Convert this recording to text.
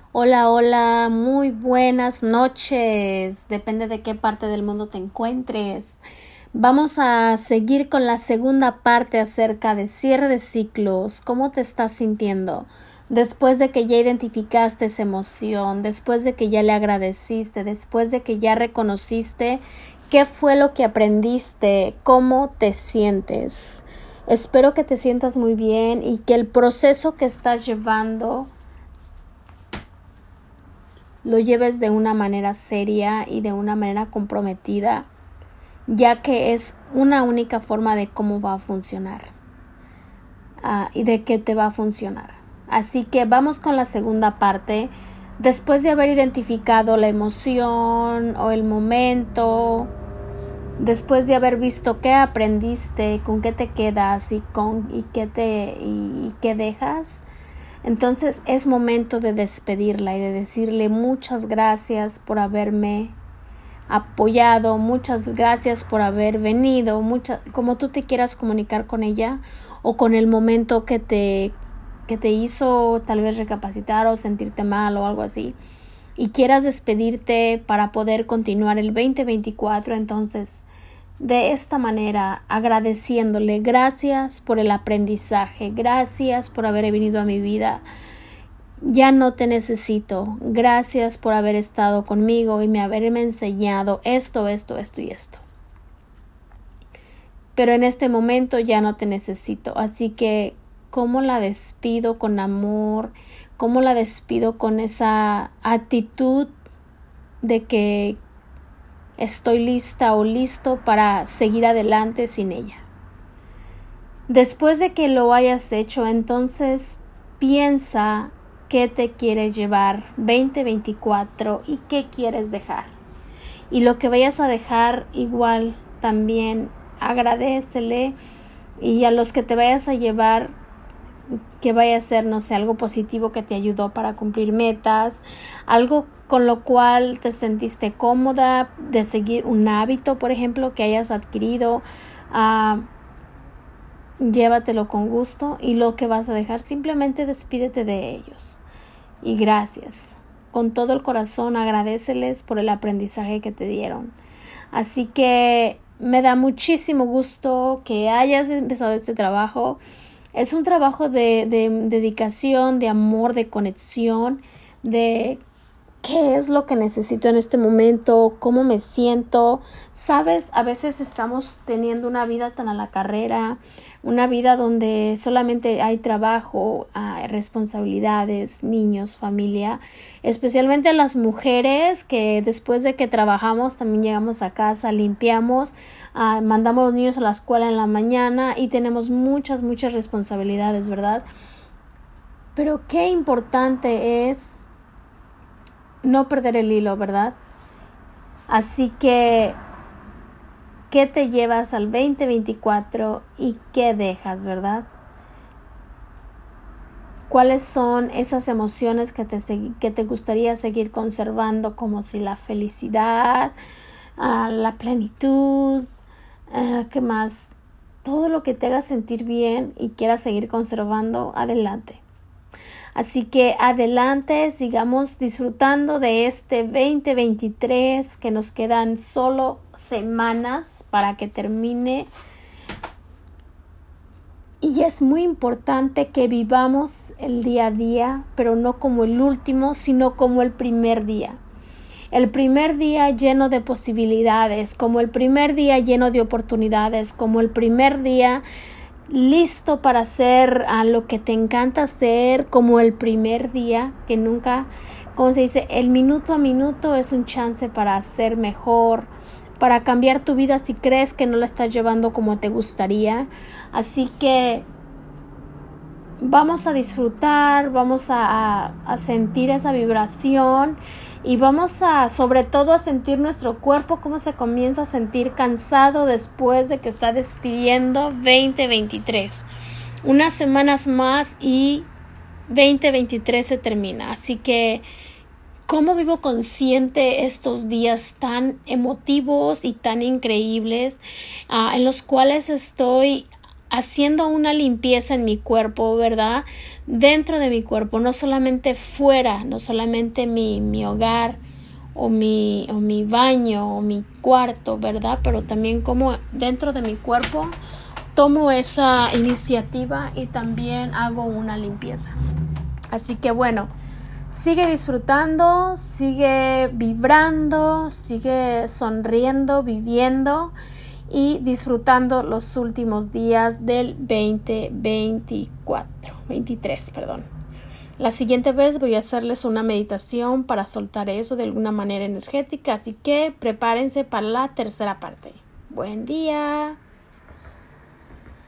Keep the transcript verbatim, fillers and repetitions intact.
Hola, hola, muy buenas noches. Depende de qué parte del mundo te encuentres. Vamos a seguir con la segunda parte acerca de cierre de ciclos. ¿Cómo te estás sintiendo? Después de que ya identificaste esa emoción, después de que ya le agradeciste, después de que ya reconociste qué fue lo que aprendiste, cómo te sientes. Espero que te sientas muy bien y que el proceso que estás llevando lo lleves de una manera seria y de una manera comprometida, ya que es una única forma de cómo va a funcionar uh, y de qué te va a funcionar. Así que vamos con la segunda parte. Después de haber identificado la emoción o el momento, después de haber visto qué aprendiste, con qué te quedas y, con, y, qué, te, y, y qué dejas, entonces es momento de despedirla y de decirle muchas gracias por haberme apoyado, muchas gracias por haber venido, mucha, como tú te quieras comunicar con ella o con el momento que te, que te hizo tal vez recapacitar o sentirte mal o algo así y quieras despedirte para poder continuar el veinte veinticuatro. Entonces de esta manera, agradeciéndole, gracias por el aprendizaje, gracias por haber venido a mi vida, ya no te necesito, gracias por haber estado conmigo y me haberme enseñado esto, esto, esto y esto. Pero en este momento ya no te necesito, así que ¿cómo la despido con amor? ¿Cómo la despido con esa actitud de que estoy lista o listo para seguir adelante sin ella? Después de que lo hayas hecho, entonces piensa qué te quieres llevar veinte veinticuatro y qué quieres dejar. Y lo que vayas a dejar, igual también agradécele, y a los que te vayas a llevar, que vaya a ser, no sé, algo positivo que te ayudó para cumplir metas, algo con lo cual te sentiste cómoda de seguir un hábito, por ejemplo, que hayas adquirido, uh, llévatelo con gusto, y lo que vas a dejar, simplemente despídete de ellos. Y gracias. Con todo el corazón agradéceles por el aprendizaje que te dieron. Así que me da muchísimo gusto que hayas empezado este trabajo. Es un trabajo de, de, de dedicación, de amor, de conexión, de qué es lo que necesito en este momento, cómo me siento. Sabes, a veces estamos teniendo una vida tan a la carrera, una vida donde solamente hay trabajo, hay responsabilidades, niños, familia, especialmente las mujeres que después de que trabajamos también llegamos a casa, limpiamos, uh, mandamos a los niños a la escuela en la mañana y tenemos muchas, muchas responsabilidades, ¿verdad? Pero qué importante es no perder el hilo, ¿verdad? Así que, ¿qué te llevas al veinte veinticuatro y qué dejas, verdad? ¿Cuáles son esas emociones que te, que te gustaría seguir conservando, como si la felicidad, uh, la plenitud, uh, ¿qué más? Todo lo que te haga sentir bien y quieras seguir conservando, adelante. Así que adelante, sigamos disfrutando de este veinte veintitrés, que nos quedan solo semanas para que termine. Y es muy importante que vivamos el día a día, pero no como el último, sino como el primer día. El primer día lleno de posibilidades, como el primer día lleno de oportunidades, como el primer día listo para hacer a lo que te encanta hacer, como el primer día, que nunca, como se dice, el minuto a minuto es un chance para hacer mejor, para cambiar tu vida si crees que no la estás llevando como te gustaría. Así que vamos a disfrutar, vamos a, a, a sentir esa vibración y vamos a, sobre todo, a sentir nuestro cuerpo cómo se comienza a sentir cansado después de que está despidiendo veinte veintitrés. Unas semanas más y veinte veintitrés se termina. Así que, ¿cómo vivo consciente estos días tan emotivos y tan increíbles uh, en los cuales estoy haciendo una limpieza en mi cuerpo, ¿verdad? Dentro de mi cuerpo, no solamente fuera, no solamente mi, mi hogar o mi, o mi baño o mi cuarto, ¿verdad? Pero también como dentro de mi cuerpo tomo esa iniciativa y también hago una limpieza. Así que bueno, sigue disfrutando, sigue vibrando, sigue sonriendo, viviendo y disfrutando los últimos días del veinte veinticuatro, veintitrés, perdón. La siguiente vez voy a hacerles una meditación para soltar eso de alguna manera energética, así que prepárense para la tercera parte. Buen día.